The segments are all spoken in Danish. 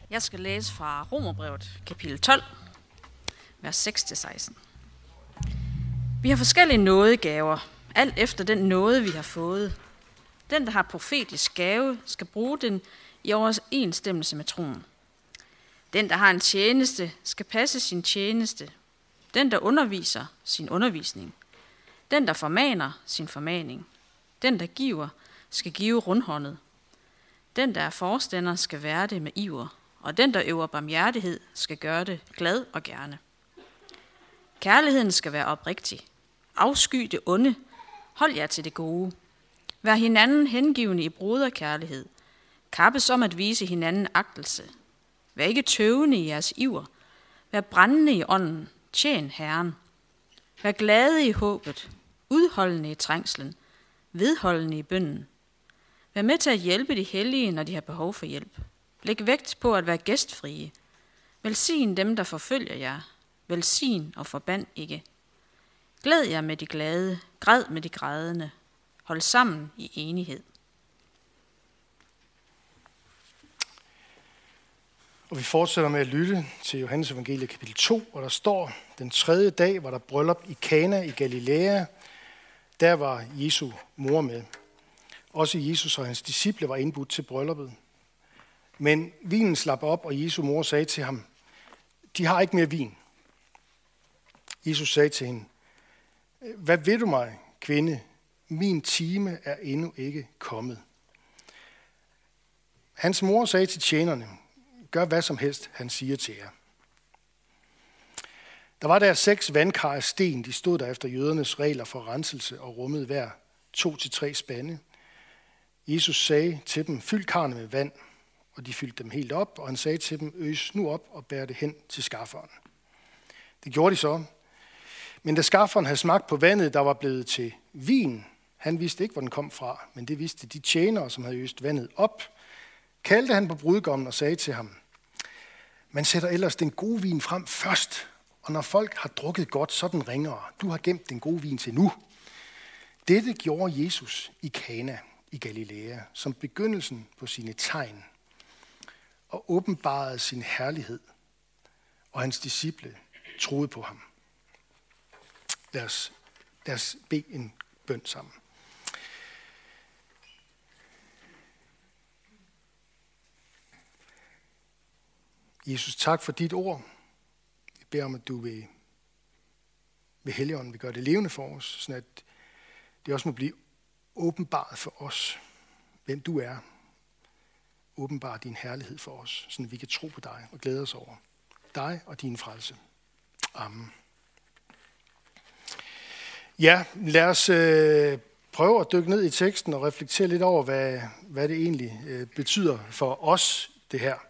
Jeg skal læse fra Romerbrevet, kapitel 12, vers 6-16. Vi har forskellige nådegaver, alt efter den nåde, vi har fået. Den, der har profetisk gave, skal bruge den i overensstemmelse med troen. Den, der har en tjeneste, skal passe sin tjeneste. Den, der underviser, sin undervisning. Den, der formaner, sin formaning. Den, der giver, skal give rundhåndet. Den, der er forstander, skal være det med iver. Og den, der øver barmhjertighed, skal gøre det glad og gerne. Kærligheden skal være oprigtig. Afsky det onde. Hold jer til det gode. Vær hinanden hengivende i broderkærlighed. Kappes om at vise hinanden agtelse. Vær ikke tøvende i jeres iver. Vær brændende i ånden. Tjen Herren. Vær glade i håbet. Udholdende i trængslen. Vedholdende i bønnen. Vær med til at hjælpe de hellige, når de har behov for hjælp. Læg vægt på at være gæstfrie. Velsign dem, der forfølger jer. Velsign og forband ikke. Glæd jer med de glade. Græd med de grædende. Hold sammen i enighed. Og vi fortsætter med at lytte til Johannes Evangeliet kapitel 2, hvor der står, den 3. dag var der bryllup i Kana i Galilea. Der var Jesu mor med. Også Jesus og hans disciple var indbudt til brylluppet. Men vinen slap op, og Jesu mor sagde til ham, de har ikke mere vin. Jesus sagde til hende, hvad ved du mig, kvinde? Min time er endnu ikke kommet. Hans mor sagde til tjenerne, gør hvad som helst, han siger til jer. Der var der 6 vandkar af sten, de stod der efter jødernes regler for renselse og rummede hver 2-3 spande. Jesus sagde til dem, fyld karrene med vand, og de fyldte dem helt op, og han sagde til dem, øs nu op og bær det hen til skafferen. Det gjorde de så. Men da skafferen havde smagt på vandet, der var blevet til vin, han vidste ikke, hvor den kom fra, men det vidste de tjenere, som havde øst vandet op, kaldte han på brudgommen og sagde til ham, man sætter ellers den gode vin frem først, og når folk har drukket godt, så den ringere. Du har gemt den gode vin til nu. Dette gjorde Jesus i Kana i Galilea, som begyndelsen på sine tegn, og åbenbarede sin herlighed, og hans disciple troede på ham. Lad os bede en bøn sammen. Jesus, tak for dit ord. Jeg beder om, at du ved Helligånden vil gøre det levende for os, så at det også må blive åbenbaret for os, hvem du er. Åbenbar din herlighed for os, så vi kan tro på dig og glæde os over dig og din frelse. Amen. Ja, lad os prøve at dykke ned i teksten og reflektere lidt over, hvad det egentlig betyder for os, det her.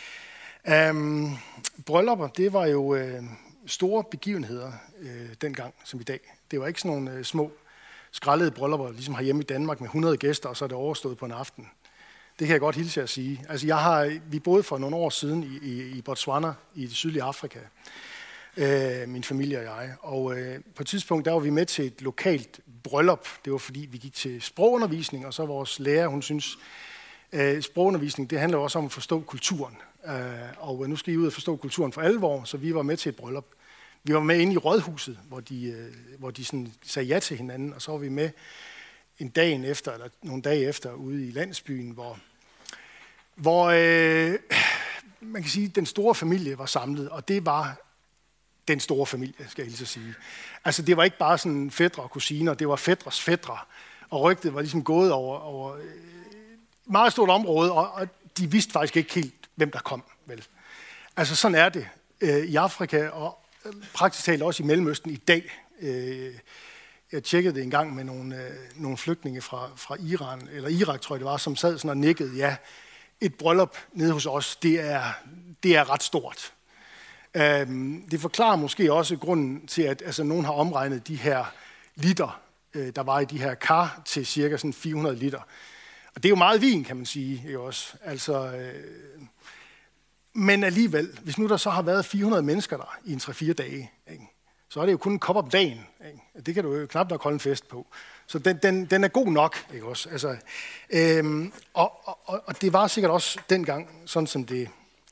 Bryllupper, det var jo store begivenheder dengang som i dag. Det var ikke sådan nogle små skrællede bryllupper, ligesom herhjemme i Danmark med 100 gæster, og så er det overstået på en aften. Det kan jeg godt hilse jer at sige. Altså vi boede for nogle år siden i Botswana, i det sydlige Afrika, min familie og jeg. Og på et tidspunkt, der var vi med til et lokalt bryllup. Det var fordi, vi gik til sprogundervisning, og så vores lærer, hun synes, sprogundervisning, det handler også om at forstå kulturen. Og nu skal I ud og forstå kulturen for alvor, så vi var med til et bryllup. Vi var med inde i rådhuset, hvor de sådan sagde ja til hinanden, og så var vi med en dag efter, eller nogle dage efter, ude i landsbyen, hvor man kan sige, den store familie var samlet, og det var den store familie, skal jeg lige så sige. Altså, det var ikke bare sådan fætre og kusiner, det var fætres fætre, og rygtet var ligesom gået over et meget stort område, og de vidste faktisk ikke helt, hvem der kom, vel. Altså, sådan er det i Afrika, og praktisk talt også i Mellemøsten i dag. Jeg tjekkede det en gang med nogle flygtninge fra Iran, eller Irak, tror jeg det var, som sad sådan og nikkede, ja, et bryllup nede hos os, det er ret stort. Det forklarer måske også grunden til, at altså, nogen har omregnet de her liter, der var i de her kar, til cirka sådan 400 liter. Og det er jo meget vin, kan man sige, ikke også? Altså, men alligevel, hvis nu der så har været 400 mennesker der i en 3-4 dage, ikke? Så er det jo kun en kop om dagen. Ikke? Det kan du jo knap nok holde en fest på. Så den er god nok, ikke også? Altså, og det var sikkert også dengang, sådan som det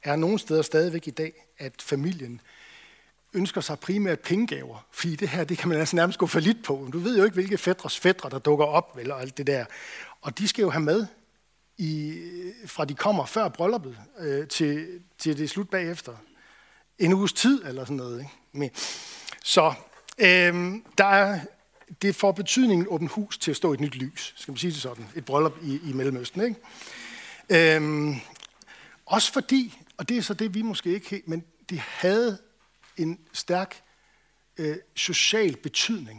er nogle steder stadigvæk i dag, at familien ønsker sig primært pengegaver, fordi det her, det kan man altså nærmest gå for lidt på. Du ved jo ikke, hvilke fædres fædre, der dukker op, vel, og alt det der. Og de skal jo have med, fra de kommer før brylluppet, til det er slut bagefter. En uges tid, eller sådan noget. Ikke? Men, så det får betydningen åbent hus til at stå i et nyt lys, skal man sige det sådan. Et bryllup i Mellemøsten, ikke? Også fordi, og det er så det, vi måske ikke helt, men det havde en stærk social betydning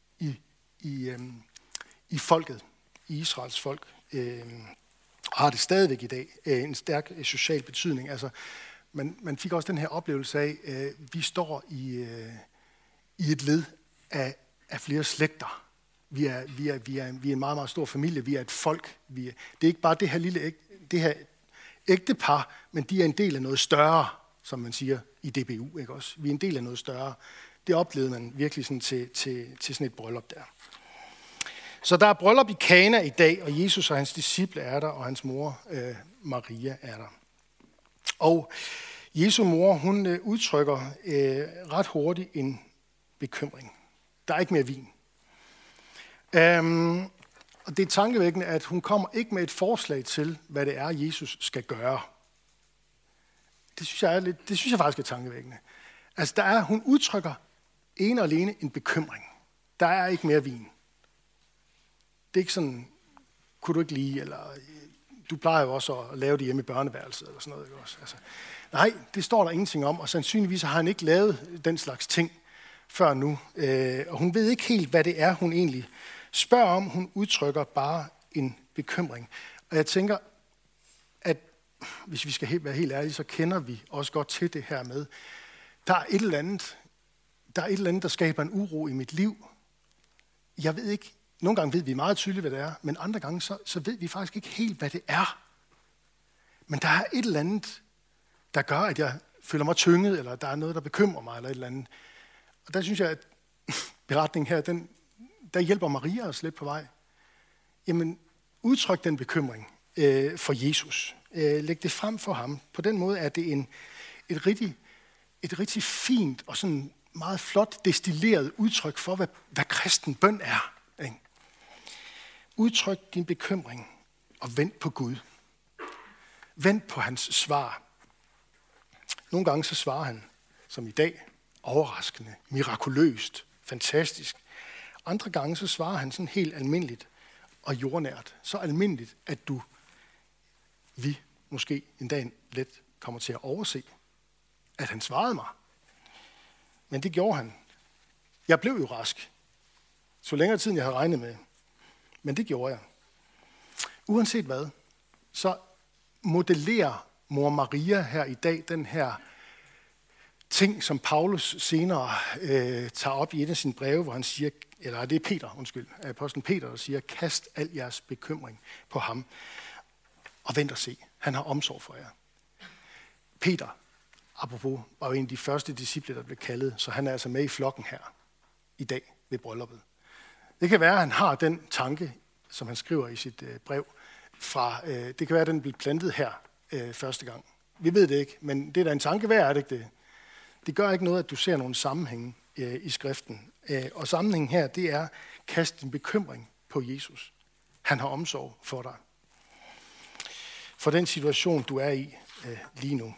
i folket, i Israels folk, og har det stadigvæk i dag, en stærk social betydning. Altså, man fik også den her oplevelse af, at vi står i et led af flere slægter. Vi er en meget, meget stor familie, vi er et folk. Det er ikke bare det her ægtepar, men de er en del af noget større, som man siger i DBU, ikke også? Vi er en del af noget større. Det oplevede man virkelig sådan til sådan et bryllup der. Så der er bryllup i Kana i dag, og Jesus og hans disciple er der, og hans mor Maria er der. Og Jesu mor, hun udtrykker ret hurtigt en bekymring. Der er ikke mere vin. Og det er tankevækkende, at hun kommer ikke med et forslag til, hvad det er, Jesus skal gøre. Det synes jeg faktisk er tankevækkende. Altså, hun udtrykker en og alene en bekymring. Der er ikke mere vin. Det er ikke sådan, kunne du ikke lide, eller du plejer jo også at lave det hjemme i børneværelset, eller sådan noget. Ikke også? Altså, nej, det står der ingenting om, og sandsynligvis har han ikke lavet den slags ting før nu. Og hun ved ikke helt, hvad det er, hun egentlig spørger om. Hun udtrykker bare en bekymring. Og jeg tænker, at hvis vi skal være helt ærlige, så kender vi også godt til det her med, der er et eller andet, der skaber en uro i mit liv. Jeg ved ikke, nogle gange ved vi meget tydeligt, hvad det er, men andre gange, så ved vi faktisk ikke helt, hvad det er. Men der er et eller andet, der gør, at jeg føler mig tynget, eller der er noget, der bekymrer mig, eller et eller andet. Og der synes jeg, at beretningen her, der hjælper Maria os lidt på vej. Jamen, udtryk den bekymring for Jesus. Læg det frem for ham. På den måde er det et rigtig fint og sådan meget flot destilleret udtryk for, hvad kristen bøn er. Ikke? Udtryk din bekymring og vent på Gud. Vent på hans svar. Nogle gange så svarer han, som i dag, overraskende, mirakuløst, fantastisk. Andre gange så svarer han sådan helt almindeligt og jordnært. Så almindeligt, at vi måske en dag let kommer til at overse, at han svarede mig. Men det gjorde han. Jeg blev jo rask. Så længere tid, end jeg havde regnet med. Men det gjorde jeg. Uanset hvad, så modellerer mor Maria her i dag den her ting, som Paulus senere tager op i et af sine breve, hvor han siger, eller det er Peter, apostlen Peter, der siger, kast al jeres bekymring på ham, og vent og se. Han har omsorg for jer. Peter, apropos, var jo en af de første disciple, der blev kaldet, så han er altså med i flokken her i dag ved brylluppet. Det kan være, at han har den tanke, som han skriver i sit brev, det kan være, at den blev plantet her første gang. Vi ved det ikke, men det er da en tanke værd, er det ikke det? Det gør ikke noget, at du ser nogle sammenhænge i skriften. Og sammenhængen her, det er, kast din bekymring på Jesus. Han har omsorg for dig. For den situation, du er i lige nu.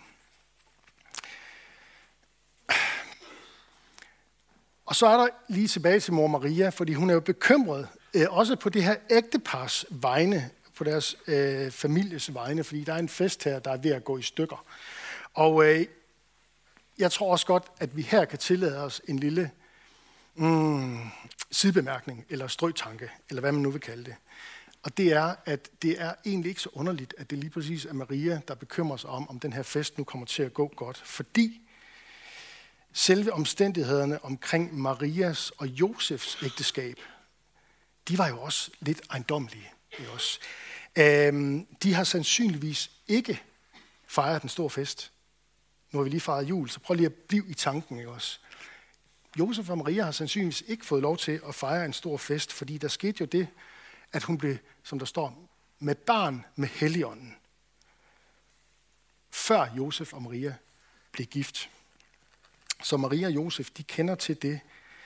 Og så er der lige tilbage til mor Maria, fordi hun er jo bekymret, også på det her ægtepars vegne, på deres families vegne, fordi der er en fest her, der er ved at gå i stykker. Og jeg tror også godt, at vi her kan tillade os en lille sidebemærkning, eller strøtanke, eller hvad man nu vil kalde det. Og det er, at det er egentlig ikke så underligt, at det lige præcis er Maria, der bekymrer sig om den her fest nu kommer til at gå godt. Fordi selve omstændighederne omkring Marias og Josefs ægteskab, de var jo også lidt ejendommelige. Også. De har sandsynligvis ikke fejret den store fest. Nu har vi lige fejret jul, så prøv lige at blive i tanken. Ikke også? Josef og Maria har sandsynligvis ikke fået lov til at fejre en stor fest, fordi der skete jo det, at hun blev, som der står, med barn med Helligånden. før Josef og Maria blev gift. Så Maria og Josef, de kender til det,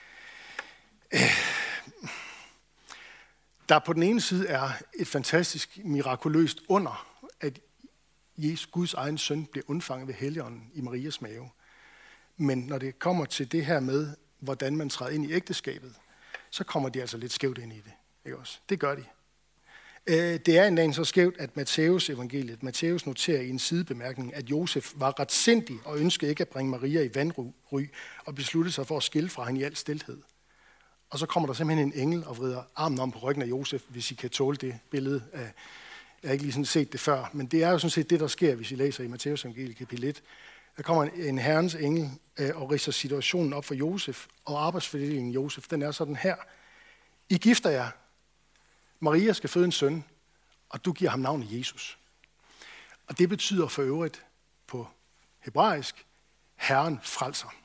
der på den ene side er et fantastisk, mirakuløst under, at Jesus, Guds egen søn, bliver undfanget ved Helligånden i Marias mave. Men når det kommer til det her med, hvordan man træder ind i ægteskabet, så kommer de altså lidt skævt ind i det. Ikke også? Det gør de. Det er endda så skævt, at Matthæus noterer i en sidebemærkning, at Josef var retsindig og ønskede ikke at bringe Maria i vanry og besluttede sig for at skille fra hende i al stilhed. Og så kommer der simpelthen en engel og vrider armen om på ryggen af Josef, hvis I kan tåle det billede. Jeg har ikke lige sådan set det før, men det er jo sådan set det, der sker, hvis I læser i Matthæus evangeliet kapitel 1. Der kommer en herrens engel og ridser situationen op for Josef, og arbejdsfordelingen Josef, den er sådan her. I gifter jer. Maria skal føde en søn, og du giver ham navnet Jesus. Og det betyder for øvrigt på hebraisk, Herren frelser.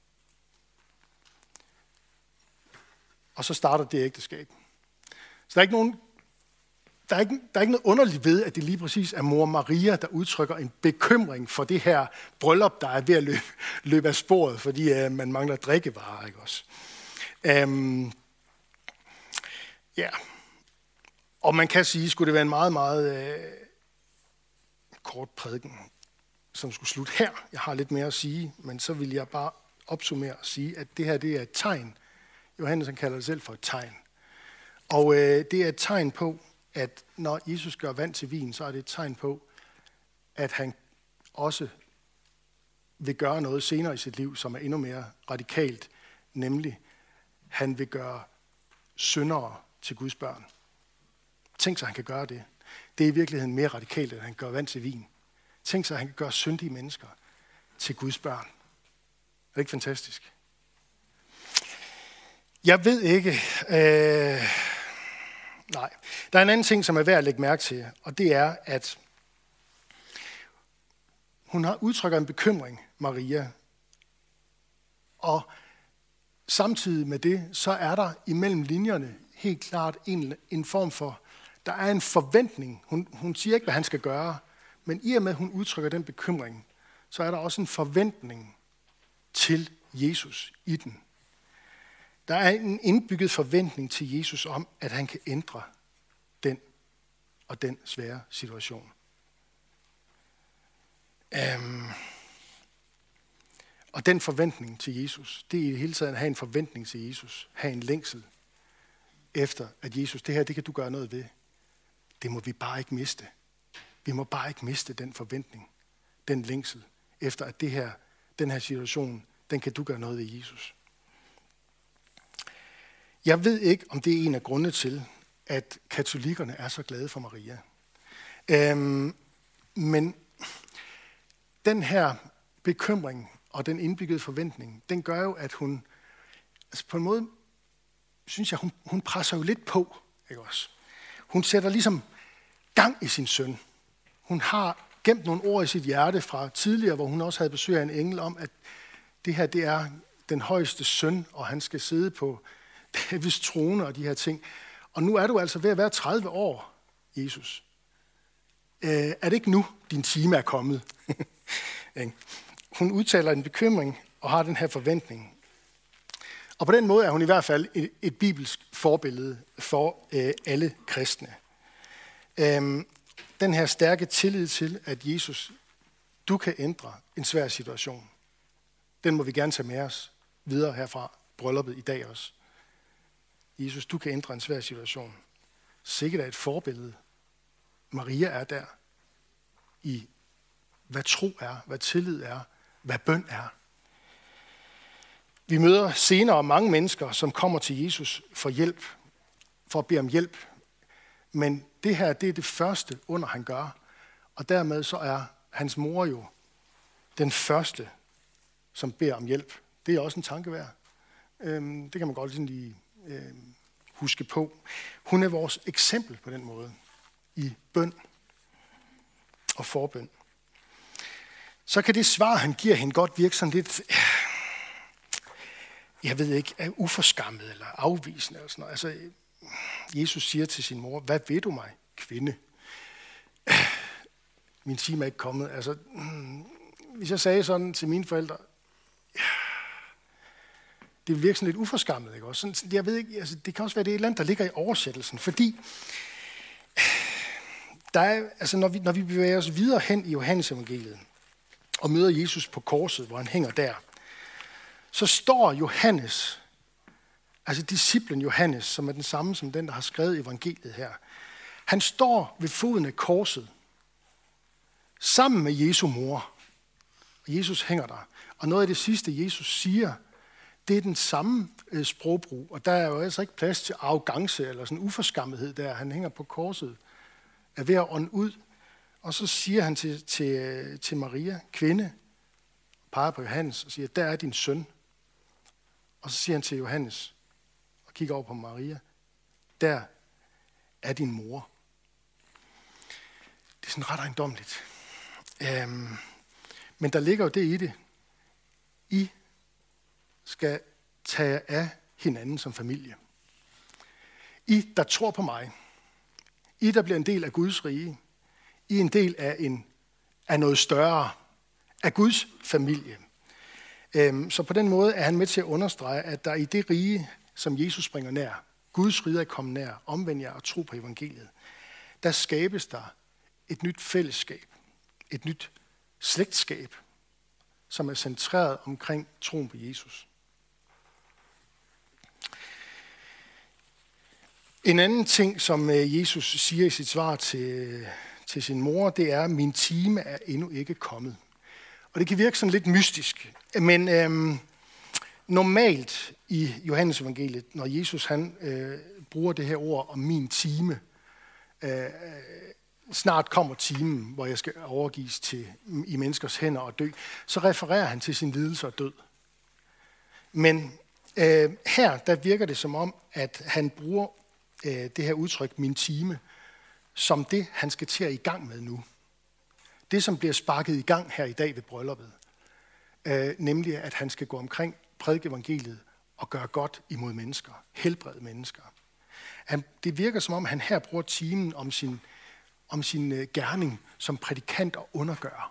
Og så starter det ægteskab. Så der er ikke noget underligt ved, at det lige præcis er mor Maria, der udtrykker en bekymring for det her bryllup, der er ved at løbe af sporet, fordi man mangler drikkevarer, ikke også? Ja. Og man kan sige, skulle det være en meget, meget kort prædiken, som skulle slutte her. Jeg har lidt mere at sige, men så vil jeg bare opsummere og sige, at det her det er et tegn. Johannes han kalder det selv for et tegn. Og det er et tegn på, at når Jesus gør vand til vin, så er det et tegn på, at han også vil gøre noget senere i sit liv, som er endnu mere radikalt, nemlig han vil gøre syndere til Guds børn. Tænk sig, at han kan gøre det. Det er i virkeligheden mere radikalt, at han gør vand til vin. Tænk sig, at han kan gøre syndige mennesker til Guds børn. Er det ikke fantastisk? Jeg ved ikke. Nej. Der er en anden ting, som er værd at lægge mærke til, og det er, at hun har udtrykker en bekymring, Maria. Og samtidig med det, så er der imellem linjerne helt klart en form for, der er en forventning. Hun siger ikke, hvad han skal gøre, men i og med, at hun udtrykker den bekymring, så er der også en forventning til Jesus i den. Der er en indbygget forventning til Jesus om, at han kan ændre den og den svære situation. Og den forventning til Jesus, det er i hele tiden at have en forventning til Jesus, have en længsel efter, at Jesus, det her, det kan du gøre noget ved. Det må vi bare ikke miste. Vi må bare ikke miste den forventning, den længsel efter, at den her situation, den kan du gøre noget ved Jesus. Jeg ved ikke, om det er en af grundene til, at katolikkerne er så glade for Maria. Men den her bekymring og den indbyggede forventning, den gør jo, at hun, altså på en måde, synes jeg, hun presser jo lidt på, ikke også? Hun sætter ligesom gang i sin søn. Hun har gemt nogle ord i sit hjerte fra tidligere, hvor hun også havde besøg af en engel om, at det her, det er den højeste søn, og han skal sidde på Davids trone og de her ting. Og nu er du altså ved at være 30 år, Jesus. Er det ikke nu, din time er kommet? Hun udtaler en bekymring og har den her forventning. Og på den måde er hun i hvert fald et bibelsk forbillede for alle kristne. Den her stærke tillid til, at Jesus, du kan ændre en svær situation. Den må vi gerne tage med os videre herfra, brylluppet i dag også. Jesus, du kan ændre en svær situation. Sikkert er et forbillede. Maria er der i, hvad tro er, hvad tillid er, hvad bøn er. Vi møder senere mange mennesker, som kommer til Jesus for hjælp, for at bede om hjælp. Men det her, det er det første under, han gør. Og dermed så er hans mor jo den første, som beder om hjælp. Det er også en tanke værd. Det kan man godt sådan lige huske på. Hun er vores eksempel på den måde i bøn og forbøn. Så kan det svar, han giver hende, godt virke sådan lidt, jeg ved ikke, er uforskammet eller afvisende. Eller sådan noget. Altså, Jesus siger til sin mor, hvad ved du mig, kvinde? Min time er ikke kommet. Altså, hvis jeg sagde sådan til mine forældre, det virker sådan lidt uforskammet, ikke også? Sådan, jeg ved ikke, altså, det kan også være det et eller andet, der ligger i oversættelsen, fordi der er, altså, når vi bevæger os videre hen i Johannes evangeliet og møder Jesus på korset, hvor han hænger der, så står Johannes, altså disciplen Johannes, som er den samme som den, der har skrevet evangeliet her, han står ved foden af korset, sammen med Jesu mor. Og Jesus hænger der. Og noget af det sidste, Jesus siger, det er den samme sprogbrug. Og der er jo altså ikke plads til arrogance eller sådan uforskammethed der. Han hænger på korset, er ved at ånde ud. Og så siger han til Maria, kvinde, peger på Johannes og siger, der er din søn. Og så siger han til Johannes, og kigger over på Maria, der er din mor. Det er sådan ret ejendommeligt. Men der ligger jo det i det. I skal tage af hinanden som familie. I, der tror på mig. I, der bliver en del af Guds rige. I er en del af noget større. Af Guds familie. Så på den måde er han med til at understrege, at der i det rige, som Jesus bringer nær, Guds rige er kommet nær, omvend jer og tro på evangeliet, der skabes der et nyt fællesskab, et nyt slægtskab, som er centreret omkring troen på Jesus. En anden ting, som Jesus siger i sit svar til sin mor, det er, min time er endnu ikke kommet. Og det kan virke sådan lidt mystisk, men normalt i Johannes evangeliet, når Jesus han bruger det her ord om min time, snart kommer timen, hvor jeg skal overgives i menneskers hænder og dø, så refererer han til sin lidelse og død. Men her, der virker det som om, at han bruger det her udtryk, min time, som det, han skal til at i gang med nu. Det, som bliver sparket i gang her i dag ved brylluppet, nemlig at han skal gå omkring, prædike evangeliet og gøre godt imod mennesker, helbrede mennesker. Det virker som om, han her bruger timen om sin gerning som prædikant og undergør.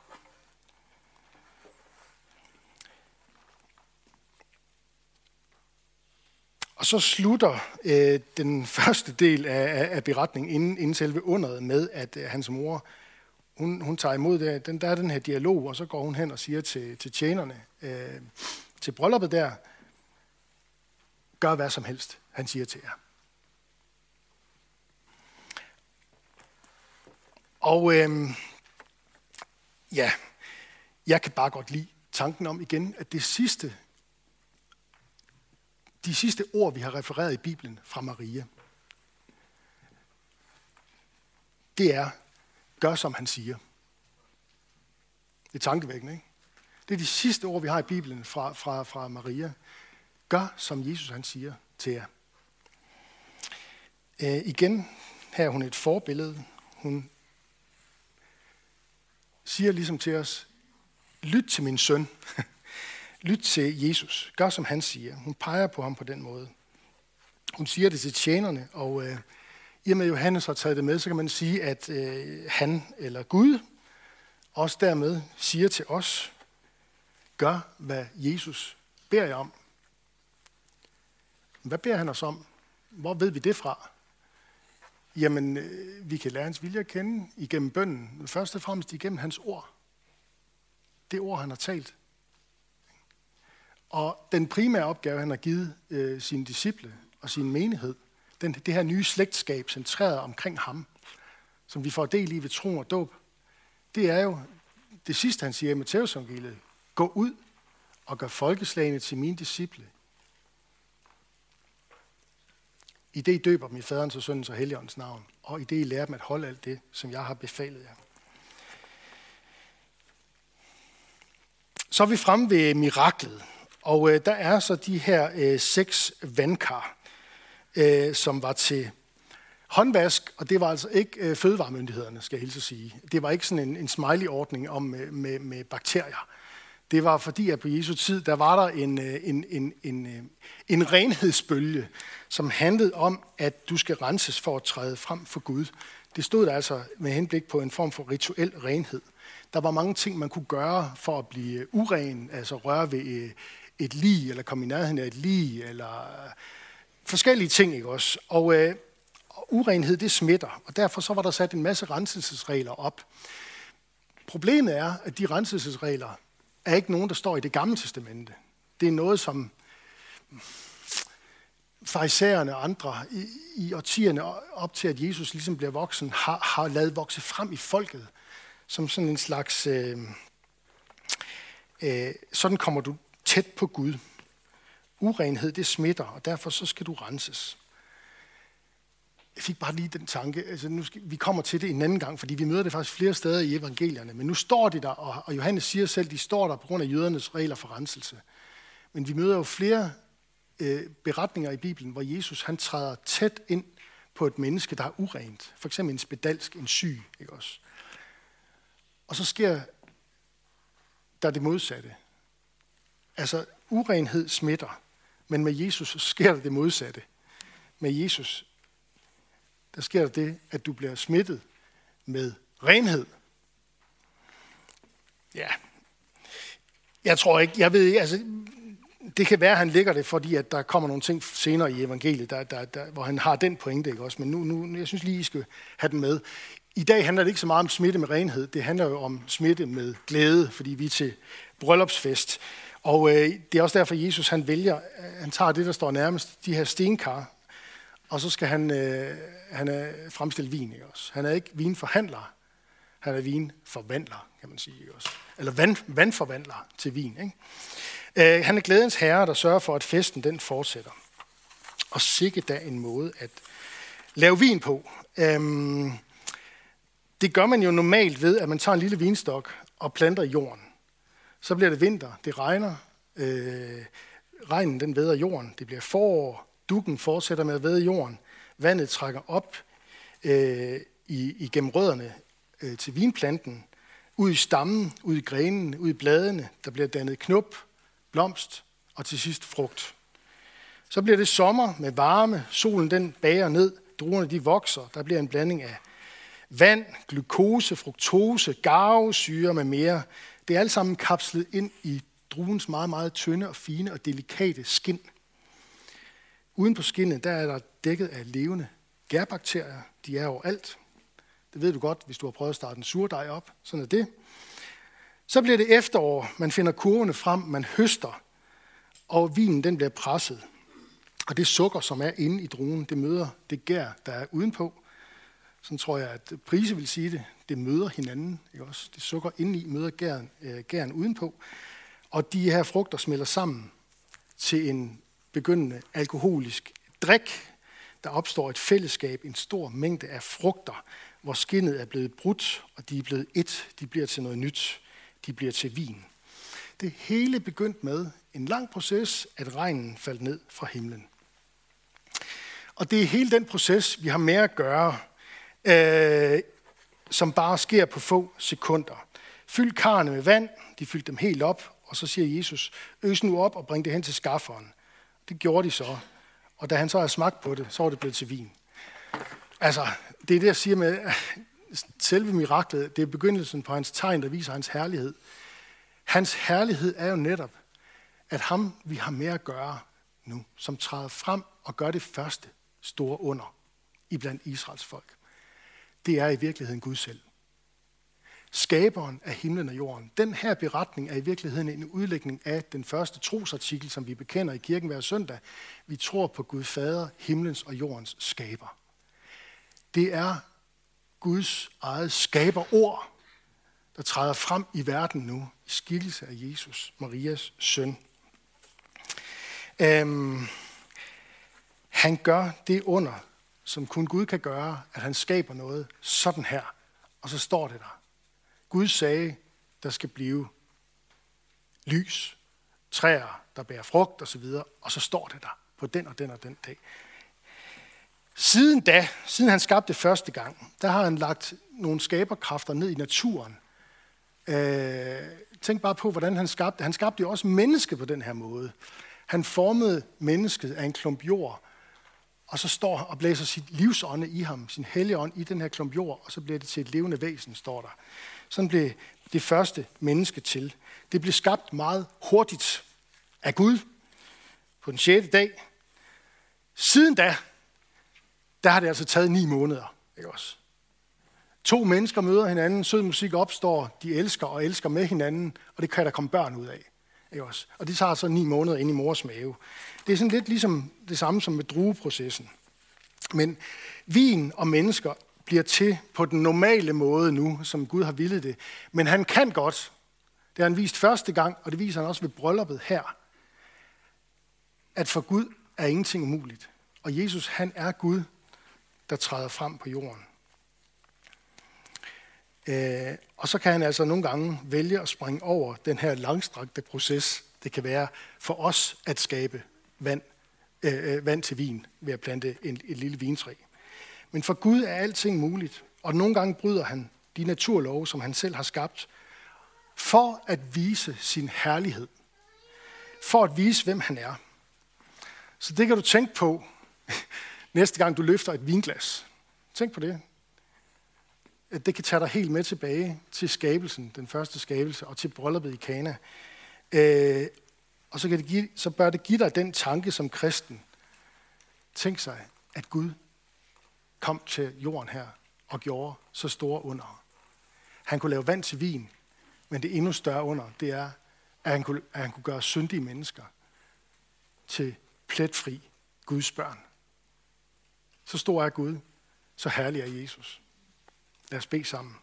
Og så slutter den første del af beretningen inden selve underet med, at hans mor, hun tager imod det. Der er den her dialog, og så går hun hen og siger til tjenerne, til brylluppet der, gør hvad som helst, han siger til jer. Og jeg kan bare godt lide tanken om igen, at de sidste ord, vi har refereret i Bibelen fra Maria, det er, gør som han siger. Det er tankevækkende, ikke? Det er de sidste ord, vi har i Bibelen fra Maria. Gør som Jesus han siger til jer. Igen, her er hun et forbillede. Hun siger ligesom til os, lyt til min søn. Lyt til Jesus. Gør som han siger. Hun peger på ham på den måde. Hun siger det til tjenerne, og i og med Johannes har taget det med, så kan man sige, at han eller Gud også dermed siger til os, gør hvad Jesus beder jer om. Hvad beder han os om? Hvor ved vi det fra? Jamen, vi kan lære hans vilje at kende igennem bønnen. Først og fremmest igennem hans ord. Det ord, han har talt. Og den primære opgave, han har givet sine disciple og sin menighed, det her nye slægtskab centreret omkring ham, som vi får del i ved tro og dåb, det er jo det sidste, han siger i Matthæus evangeliet. Gå ud og gør folkeslagene til mine disciple. I det I døber dem i faderens og søndens og helligåndens navn, og i det I lærer dem at holde alt det, som jeg har befalet jer. Så er vi fremme ved miraklet, og der er så de her 6 vandkar, som var til håndvask, og det var altså ikke fødevaremyndighederne, skal jeg hilse at sige. Det var ikke sådan en smiley-ordning om med bakterier. Det var fordi, at på Jesu tid, der var der en renhedsbølge, som handlede om, at du skal renses for at træde frem for Gud. Det stod der altså med henblik på en form for rituel renhed. Der var mange ting, man kunne gøre for at blive uren, altså røre ved et lig, eller komme i nærheden af et lig, eller forskellige ting, ikke også? Og urenhed, det smitter, og derfor så var der sat en masse renselsesregler op. Problemet er, at de renselsesregler er ikke nogen, der står i Det Gamle Testamente. Det er noget, som farisæerne og andre i årtierne op til, at Jesus ligesom bliver voksen, har lavet vokse frem i folket, som sådan en slags, sådan kommer du tæt på Gud. Urenhed, det smitter, og derfor så skal du renses. Jeg fik bare lige den tanke, altså vi kommer til det en anden gang, fordi vi møder det faktisk flere steder i evangelierne, men nu står de der, og Johannes siger selv, de står der på grund af jødernes regler for renselse. Men vi møder jo flere beretninger i Bibelen, hvor Jesus han træder tæt ind på et menneske, der er urent. For eksempel en spedalsk, en syg, ikke også? Og så sker der det modsatte. Altså, urenhed smitter, men med Jesus sker der det modsatte. Med Jesus, der sker der det, at du bliver smittet med renhed. Ja, jeg tror ikke, jeg ved ikke, altså, det kan være, at han lægger det, fordi at der kommer nogle ting senere i evangeliet, hvor han har den pointe, ikke også? Men nu, jeg synes lige, I skal have den med. I dag handler det ikke så meget om smitte med renhed, det handler jo om smitte med glæde, fordi vi er til bryllupsfest. Og det er også derfor, Jesus han tager det, der står nærmest, de her stenkar, og så skal han fremstille vin, ikke også? Han er ikke vinforhandler, han er vinforvandler, kan man sige, ikke også? Eller vandforvandler til vin, ikke? Han er glædens herre, der sørger for, at festen den fortsætter. Og sikke da en måde at lave vin på. Det gør man jo normalt ved, at man tager en lille vinstok og planter i jorden. Så bliver det vinter, det regner, regnen den væder jorden, det bliver forår, dukken fortsætter med at væde jorden, vandet trækker op igennem rødderne til vinplanten, ud i stammen, ud i grenen, ud i bladene, der bliver dannet knop, blomst og til sidst frugt. Så bliver det sommer med varme, solen den bager ned, druerne de vokser, der bliver en blanding af vand, glukose, fruktose, garvesyre med mere. Det er alt sammen kapslet ind i druens meget, meget tynde og fine og delikate skin. Uden på skinnet, der er der dækket af levende gærbakterier. De er overalt. Det ved du godt, hvis du har prøvet at starte en surdej op. Sådan er det. Så bliver det efterår. Man finder kurvene frem, man høster, og vinen den bliver presset. Og det sukker, som er inde i druen, det møder det gær, der er udenpå. Sådan tror jeg, at Prise vil sige det. Det møder hinanden, ikke også? Det sukker indeni møder gæren udenpå. Og de her frugter smelter sammen til en begyndende alkoholisk drik. Der opstår et fællesskab, en stor mængde af frugter, hvor skinnet er blevet brudt, og de er blevet et. De bliver til noget nyt. De bliver til vin. Det hele begyndt med en lang proces, at regnen faldt ned fra himlen. Og det er hele den proces, vi har med at gøre, som bare sker på få sekunder. Fyld karrene med vand, de fyldte dem helt op, og så siger Jesus, øs nu op og bring det hen til skafferen. Det gjorde de så, og da han så havde smagt på det, så var det blevet til vin. Altså, det er det, jeg siger med selve miraklet, det er begyndelsen på hans tegn, der viser hans herlighed. Hans herlighed er jo netop, at ham vi har med at gøre nu, som træder frem og gør det første store under iblandt Israels folk. Det er i virkeligheden Gud selv. Skaberen af himlen og jorden. Den her beretning er i virkeligheden en udlægning af den første trosartikel, som vi bekender i kirken hver søndag. Vi tror på Gud Fader, himlens og jordens skaber. Det er Guds eget skaberord, der træder frem i verden nu, i skikkelse af Jesus, Marias søn. Han gør det under, som kun Gud kan gøre, at han skaber noget sådan her. Og så står det der. Gud sagde, der skal blive lys, træer, der bærer frugt osv., og så står det der på den og den og den dag. Siden han skabte første gang, der har han lagt nogle skaberkræfter ned i naturen. Tænk bare på, hvordan han skabte. Han skabte jo også menneske på den her måde. Han formede mennesket af en klump jord, og så står og blæser sit livsånde i ham, sin hellige ånd i den her klump jord, og så bliver det til et levende væsen, står der. Sådan blev det første menneske til. Det blev skabt meget hurtigt af Gud på den 6. dag. Siden da, der har det altså taget 9 måneder. Ikke også? 2 mennesker møder hinanden, sød musik opstår, de elsker og elsker med hinanden, og det kan der komme børn ud af. Ikke også? Og det tager så 9 måneder ind i mors mave. Det er sådan lidt ligesom det samme som med drueprocessen. Men vin og mennesker bliver til på den normale måde nu, som Gud har villet det. Men han kan godt. Det har han vist første gang, og det viser han også ved brylluppet her. At for Gud er ingenting umuligt. Og Jesus, han er Gud, der træder frem på jorden. Og så kan han altså nogle gange vælge at springe over den her langstrakte proces, det kan være for os at skabe vand til vin ved at plante et lille vintræ. Men for Gud er alting muligt, og nogle gange bryder han de naturlove, som han selv har skabt, for at vise sin herlighed. For at vise, hvem han er. Så det kan du tænke på, næste gang du løfter et vinglas. Tænk på det. At det kan tage dig helt med tilbage til skabelsen, den første skabelse, og til brylluppet i Kana. Og så bør det give dig den tanke som kristen. Tænk sig, at Gud kom til jorden her og gjorde så store under. Han kunne lave vand til vin, men det endnu større under, det er, at han kunne gøre syndige mennesker til pletfri Guds børn. Så stor er Gud, så herlig er Jesus. Lad os bede sammen.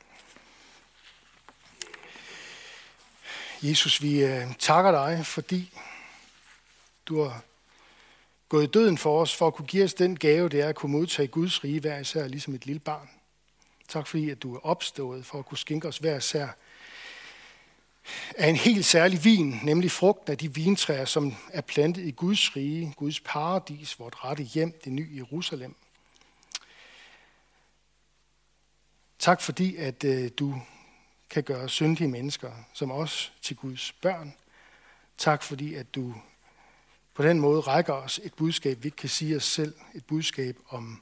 Jesus, vi takker dig, fordi du har gået i døden for os, for at kunne give os den gave, det er at kunne modtage Guds rige hver især, ligesom et lille barn. Tak fordi, at du er opstået for at kunne skænke os hver især af en helt særlig vin, nemlig frugten af de vintræer, som er plantet i Guds rige, Guds paradis, vort rette hjem, det nye Jerusalem. Tak fordi, at du kan gøre syndige mennesker som os til Guds børn. Tak fordi, at du på den måde rækker os et budskab, vi ikke kan sige os selv. Et budskab om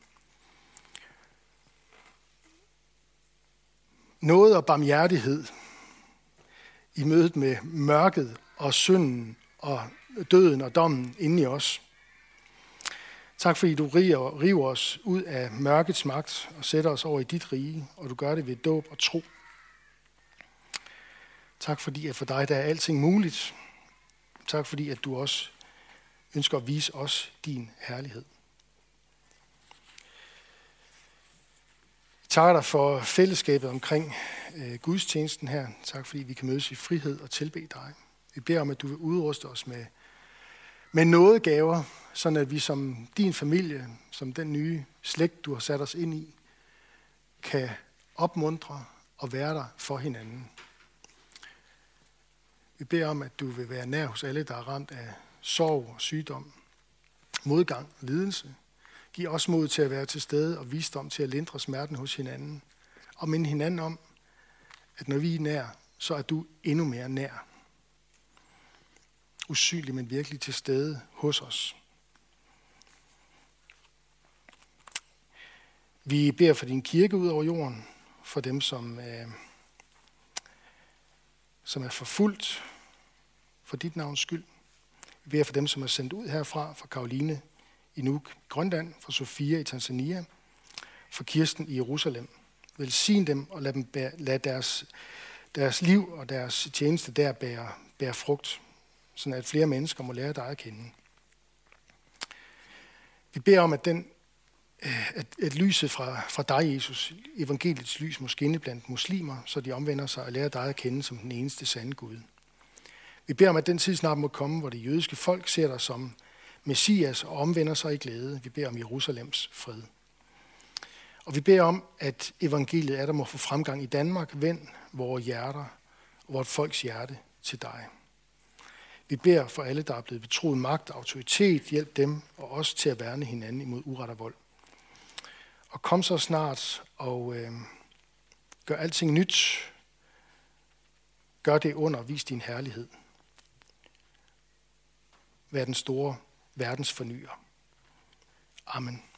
noget og barmhjertighed i mødet med mørket og synden og døden og dommen inde i os. Tak fordi du river os ud af mørkets magt og sætter os over i dit rige, og du gør det ved dåb og tro. Tak fordi, at for dig der er alting muligt. Tak fordi, at du også ønsker at vise os din herlighed. Jeg takker dig for fællesskabet omkring gudstjenesten her. Tak fordi vi kan mødes i frihed og tilbede dig. Vi beder om, at du vil udruste os med nådegaver, sådan at vi som din familie, som den nye slægt, du har sat os ind i, kan opmuntre og være der for hinanden. Vi beder om, at du vil være nær hos alle, der er ramt af sorg og sygdom, modgang og lidelse. Giv os mod til at være til stede og visdom til at lindre smerten hos hinanden. Og minde hinanden om, at når vi er nær, så er du endnu mere nær. Usynlig, men virkelig til stede hos os. Vi beder for din kirke ud over jorden, for dem, som er forfulgt for dit navns skyld. Vi beder for dem, som er sendt ud herfra, for Karoline i Nuuk, Grønland, for Sofia i Tanzania, for Kirsten i Jerusalem. Velsign dem og lad deres liv og deres tjeneste der bære frugt, sådan at flere mennesker må lære dig at kende. Vi beder om, at lyset fra dig, Jesus, evangeliets lys, må skinne blandt muslimer, så de omvender sig og lærer dig at kende som den eneste sande Gud. Vi beder om, at den tid snart må komme, hvor det jødiske folk ser dig som Messias og omvender sig i glæde. Vi beder om Jerusalems fred. Og vi beder om, at evangeliet er der må få fremgang i Danmark. Vend vores hjerter og vort folks hjerte til dig. Vi beder for alle, der er blevet betroet magt og autoritet. Hjælp dem og os til at værne hinanden imod uret og vold. Og kom så snart og gør alting nyt. Gør det under, vis din herlighed. Vær den store verdens fornyer. Amen.